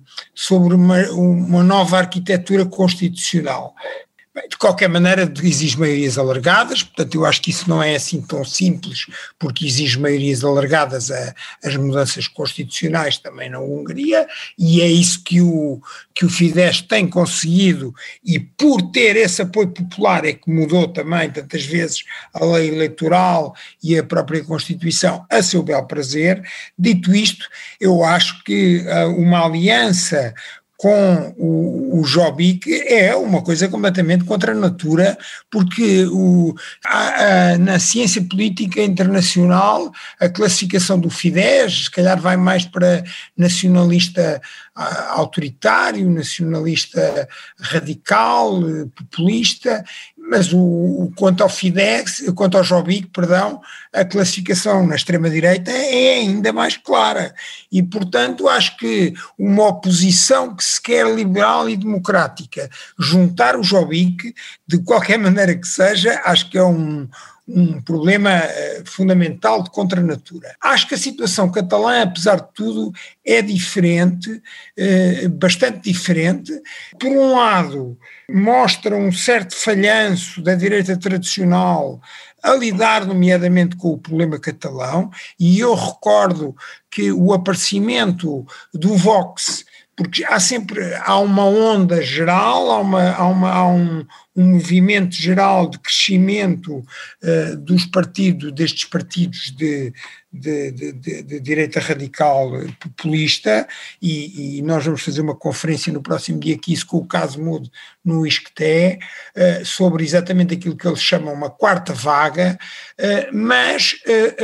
uma nova arquitetura constitucional. Bem, de qualquer maneira, exige maiorias alargadas, portanto eu acho que isso não é assim tão simples, porque exige maiorias alargadas as mudanças constitucionais também na Hungria, e é isso que o Fidesz tem conseguido, e por ter esse apoio popular é que mudou também tantas vezes a lei eleitoral e a própria Constituição a seu bel prazer. Dito isto, eu acho que uma aliança com o Jobbik é uma coisa completamente contra a natura, porque na ciência política internacional a classificação do Fidesz se calhar vai mais para nacionalista autoritário, nacionalista radical, populista, mas quanto ao Fidesz, quanto ao Jobbik, a classificação na extrema-direita é ainda mais clara e, portanto, acho que uma oposição que se quer liberal e democrática, juntar o Jobbik, de qualquer maneira que seja, acho que é um problema fundamental de contra a natura. Acho que a situação catalã, apesar de tudo, é diferente, bastante diferente. Por um lado, mostra um certo falhanço da direita tradicional a lidar nomeadamente com o problema catalão, e eu recordo que o aparecimento do Vox, porque há uma onda geral, há um movimento geral de crescimento destes partidos de direita radical populista, e nós vamos fazer uma conferência no próximo dia 15 com o caso Mudo no ISCTE, sobre exatamente aquilo que eles chamam uma quarta vaga, mas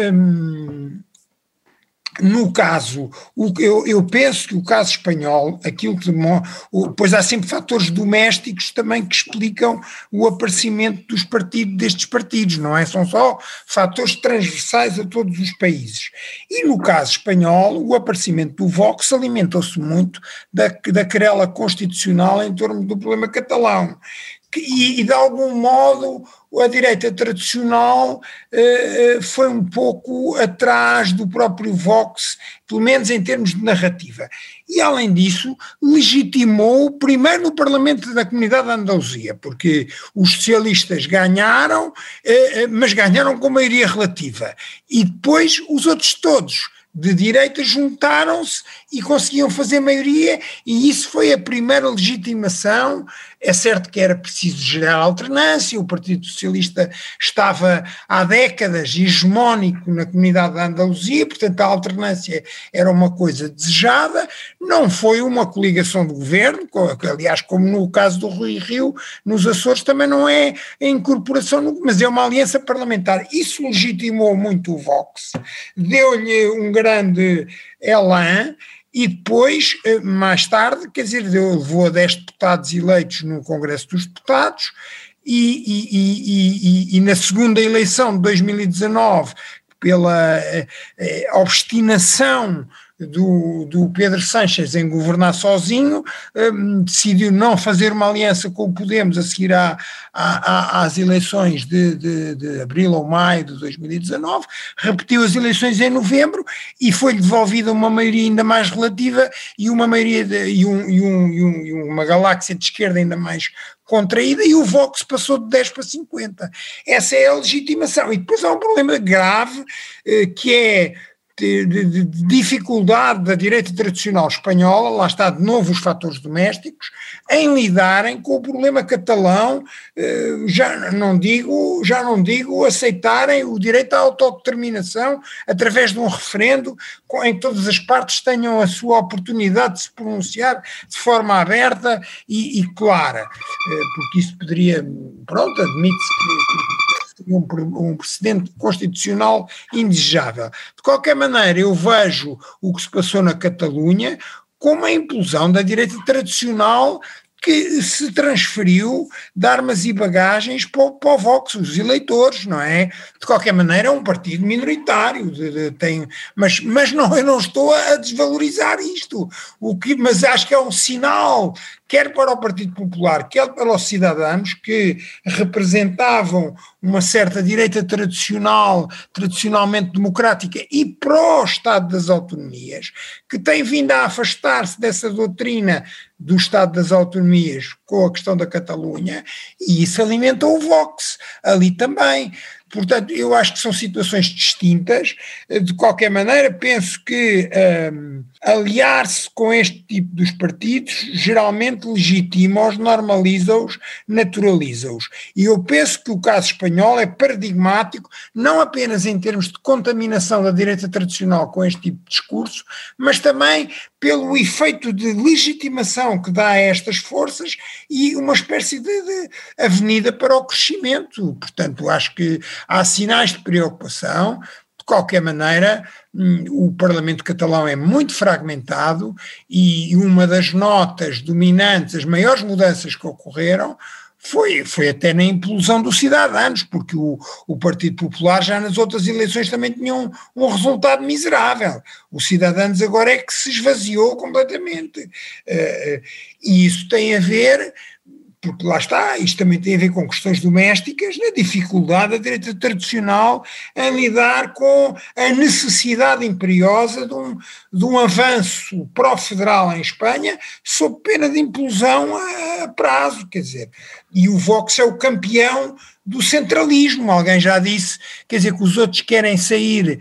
no caso, eu penso que o caso espanhol, aquilo que demonstra, pois há sempre fatores domésticos também que explicam o aparecimento destes partidos, não é? São só fatores transversais a todos os países. E no caso espanhol, o aparecimento do Vox alimentou-se muito da querela constitucional em torno do problema catalão. E de algum modo a direita tradicional foi um pouco atrás do próprio Vox, pelo menos em termos de narrativa. E além disso, legitimou primeiro no Parlamento da Comunidade de Andaluzia, porque os socialistas ganharam, mas ganharam com maioria relativa. E depois os outros todos de direita juntaram-se e conseguiam fazer maioria, e isso foi a primeira legitimação. É certo que era preciso gerar alternância, o Partido Socialista estava há décadas hegemónico na Comunidade da Andaluzia, portanto a alternância era uma coisa desejada, não foi uma coligação de governo, aliás, como no caso do Rui Rio, nos Açores também não é a incorporação, mas é uma aliança parlamentar. Isso legitimou muito o Vox, deu-lhe um grande elan, e depois, mais tarde, quer dizer, levou a 10 deputados eleitos no Congresso dos Deputados, e na segunda eleição de 2019, pela obstinação do Pedro Sánchez em governar sozinho, decidiu não fazer uma aliança com o Podemos a seguir às eleições de abril ou maio de 2019, repetiu as eleições em novembro e foi-lhe devolvida uma maioria ainda mais relativa e uma maioria uma galáxia de esquerda ainda mais contraída, e o Vox passou de 10 para 50. Essa é a legitimação. E depois há um problema grave, que é de dificuldade da direita tradicional espanhola, lá está de novo os fatores domésticos, em lidarem com o problema catalão, já não digo aceitarem o direito à autodeterminação através de um referendo em que todas as partes tenham a sua oportunidade de se pronunciar de forma aberta e clara, porque isso poderia, admite-se que um precedente constitucional indesejável. De qualquer maneira, eu vejo o que se passou na Catalunha como a implosão da direita tradicional que se transferiu de armas e bagagens para o Vox, os eleitores, não é? De qualquer maneira é um partido minoritário, mas não, eu não estou a desvalorizar isto, mas acho que é um sinal, quer para o Partido Popular, quer para os cidadãos que representavam uma certa direita tradicionalmente democrática e pró-Estado das autonomias, que tem vindo a afastar-se dessa doutrina do Estado das autonomias com a questão da Catalunha, e isso alimenta o Vox ali também. Portanto, eu acho que são situações distintas. De qualquer maneira, penso que aliar-se com este tipo dos partidos geralmente legitima-os, normaliza-os, naturaliza-os. E eu penso que o caso espanhol é paradigmático, não apenas em termos de contaminação da direita tradicional com este tipo de discurso, mas também pelo efeito de legitimação que dá a estas forças e uma espécie de avenida para o crescimento. Portanto, acho que há sinais de preocupação. De qualquer maneira, o Parlamento catalão é muito fragmentado e uma das notas dominantes, as maiores mudanças que ocorreram, foi até na implosão dos Cidadanos, porque o Partido Popular já nas outras eleições também tinha um resultado miserável. O Cidadanos agora é que se esvaziou completamente. E isso tem a ver, porque lá está, isto também tem a ver com questões domésticas, na dificuldade da direita tradicional em lidar com a necessidade imperiosa de um avanço pró-federal em Espanha, sob pena de implosão a prazo, quer dizer, e o Vox é o campeão do centralismo. Alguém já disse, quer dizer, que os outros querem sair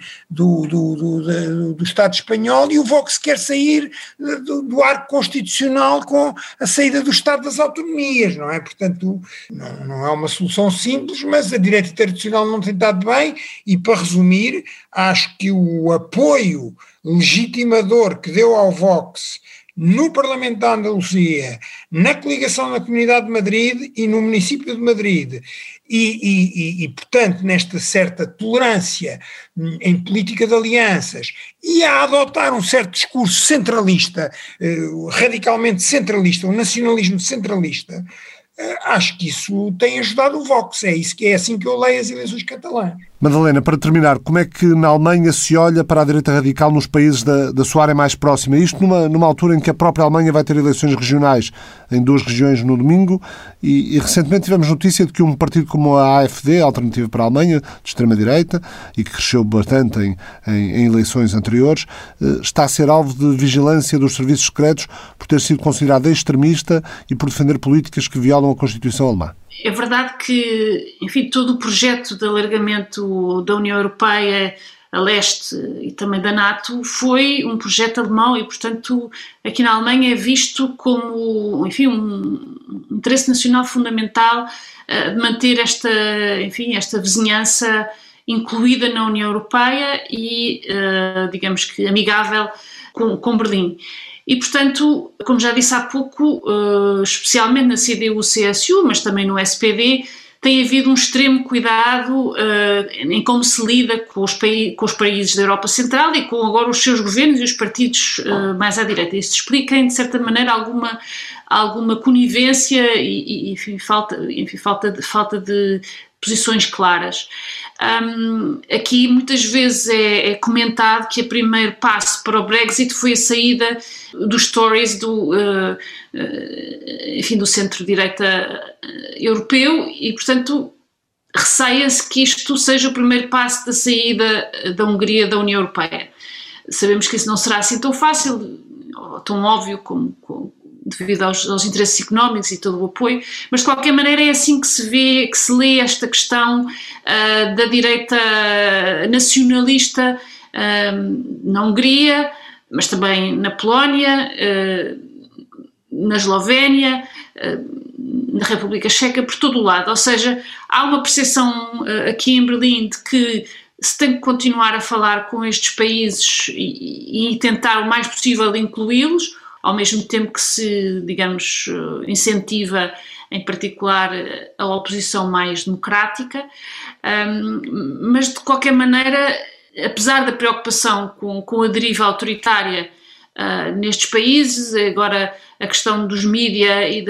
do Estado espanhol e o Vox quer sair do arco constitucional com a saída do Estado das autonomias, não é? Portanto, não é uma solução simples, mas a direita tradicional não tem estado bem e, para resumir, acho que o apoio legitimador que deu ao Vox no Parlamento da Andaluzia, na coligação da Comunidade de Madrid e no município de Madrid, e portanto, nesta certa tolerância em política de alianças e a adotar um certo discurso centralista, radicalmente centralista, um nacionalismo centralista, acho que isso tem ajudado o Vox. É assim que eu leio as eleições catalãs. Madalena, para terminar, como é que na Alemanha se olha para a direita radical nos países da sua área mais próxima? Isto numa altura em que a própria Alemanha vai ter eleições regionais em 2 regiões no domingo e recentemente tivemos notícia de que um partido como a AfD, a Alternativa para a Alemanha, de extrema-direita, e que cresceu bastante em eleições anteriores, está a ser alvo de vigilância dos serviços secretos por ter sido considerado extremista e por defender políticas que violam a Constituição alemã. É verdade que, enfim, todo o projeto de alargamento da União Europeia a leste e também da NATO foi um projeto alemão e, portanto, aqui na Alemanha é visto como, enfim, um interesse nacional fundamental de manter esta vizinhança incluída na União Europeia e, digamos que, amigável com Berlim. E, portanto, como já disse há pouco, especialmente na CDU-CSU, mas também no SPD, tem havido um extremo cuidado em como se lida com os países da Europa Central e com agora os seus governos e os partidos mais à direita. Isso explica, de certa maneira, alguma conivência e falta de posições claras. Aqui muitas vezes é comentado que o primeiro passo para o Brexit foi a saída dos Tories do centro-direita europeu e, portanto, receia-se que isto seja o primeiro passo da saída da Hungria da União Europeia. Sabemos que isso não será assim tão fácil, ou tão óbvio como devido aos interesses económicos e todo o apoio, mas de qualquer maneira é assim que se lê esta questão da direita nacionalista na Hungria, mas também na Polónia, na Eslovénia, na República Checa, por todo o lado. Ou seja, há uma percepção aqui em Berlim de que se tem que continuar a falar com estes países e tentar o mais possível incluí-los, ao mesmo tempo que se, digamos, incentiva, em particular, a oposição mais democrática, mas de qualquer maneira, apesar da preocupação com a deriva autoritária nestes países, agora a questão dos mídia e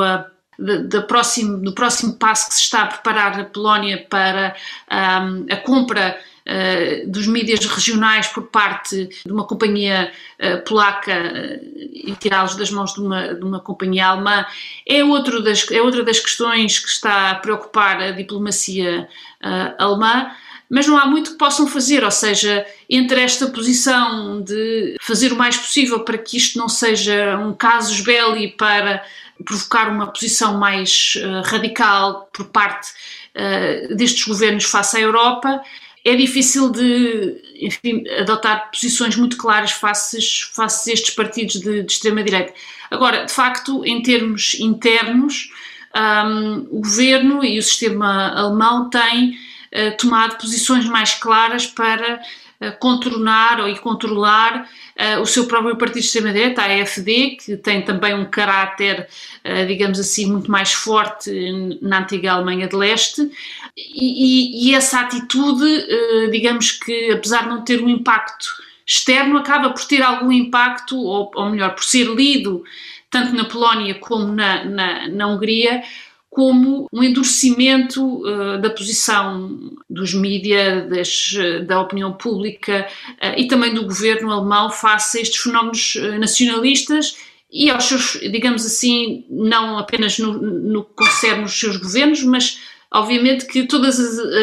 do próximo passo que se está a preparar na Polónia para a compra dos mídias regionais por parte de uma companhia polaca e tirá-los das mãos de uma companhia alemã é outra das questões que está a preocupar a diplomacia alemã, mas não há muito que possam fazer, ou seja, entre esta posição de fazer o mais possível para que isto não seja um casus belli para provocar uma posição mais radical por parte destes governos face à Europa, é difícil de, enfim, adotar posições muito claras face a estes partidos de extrema-direita. Agora, de facto, em termos internos, o governo e o sistema alemão têm tomado posições mais claras para contornar e controlar o seu próprio partido de extrema-direita, a AfD, que tem também um caráter, digamos assim, muito mais forte na antiga Alemanha de Leste, e essa atitude, digamos que, apesar de não ter um impacto externo, acaba por ter algum impacto, ou melhor, por ser lido, tanto na Polónia como na Hungria, como um endurecimento da posição dos mídia, da opinião pública e também do governo alemão face a estes fenómenos nacionalistas e aos seus, digamos assim, não apenas no que concerne os seus governos, mas obviamente que todas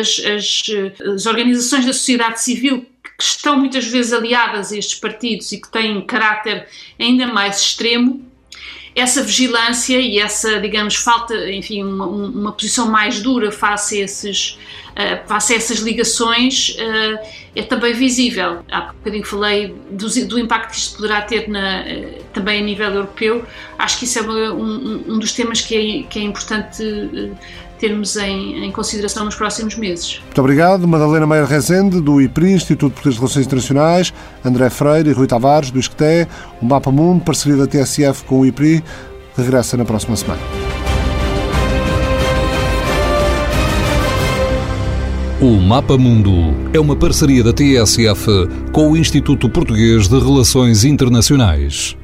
as organizações da sociedade civil que estão muitas vezes aliadas a estes partidos e que têm caráter ainda mais extremo, essa vigilância e essa, digamos, falta, enfim, uma posição mais dura face a essas ligações é também visível. Há bocadinho falei do impacto que isto poderá ter também a nível europeu. Acho que isso é um dos temas que é importante termos em consideração nos próximos meses. Muito obrigado. Madalena Meyer Rezende, do IPRI, Instituto Português de Relações Internacionais, André Freire e Rui Tavares, do ISCTE, o Mapa Mundo, parceria da TSF com o IPRI, regressa na próxima semana. O Mapa Mundo é uma parceria da TSF com o Instituto Português de Relações Internacionais.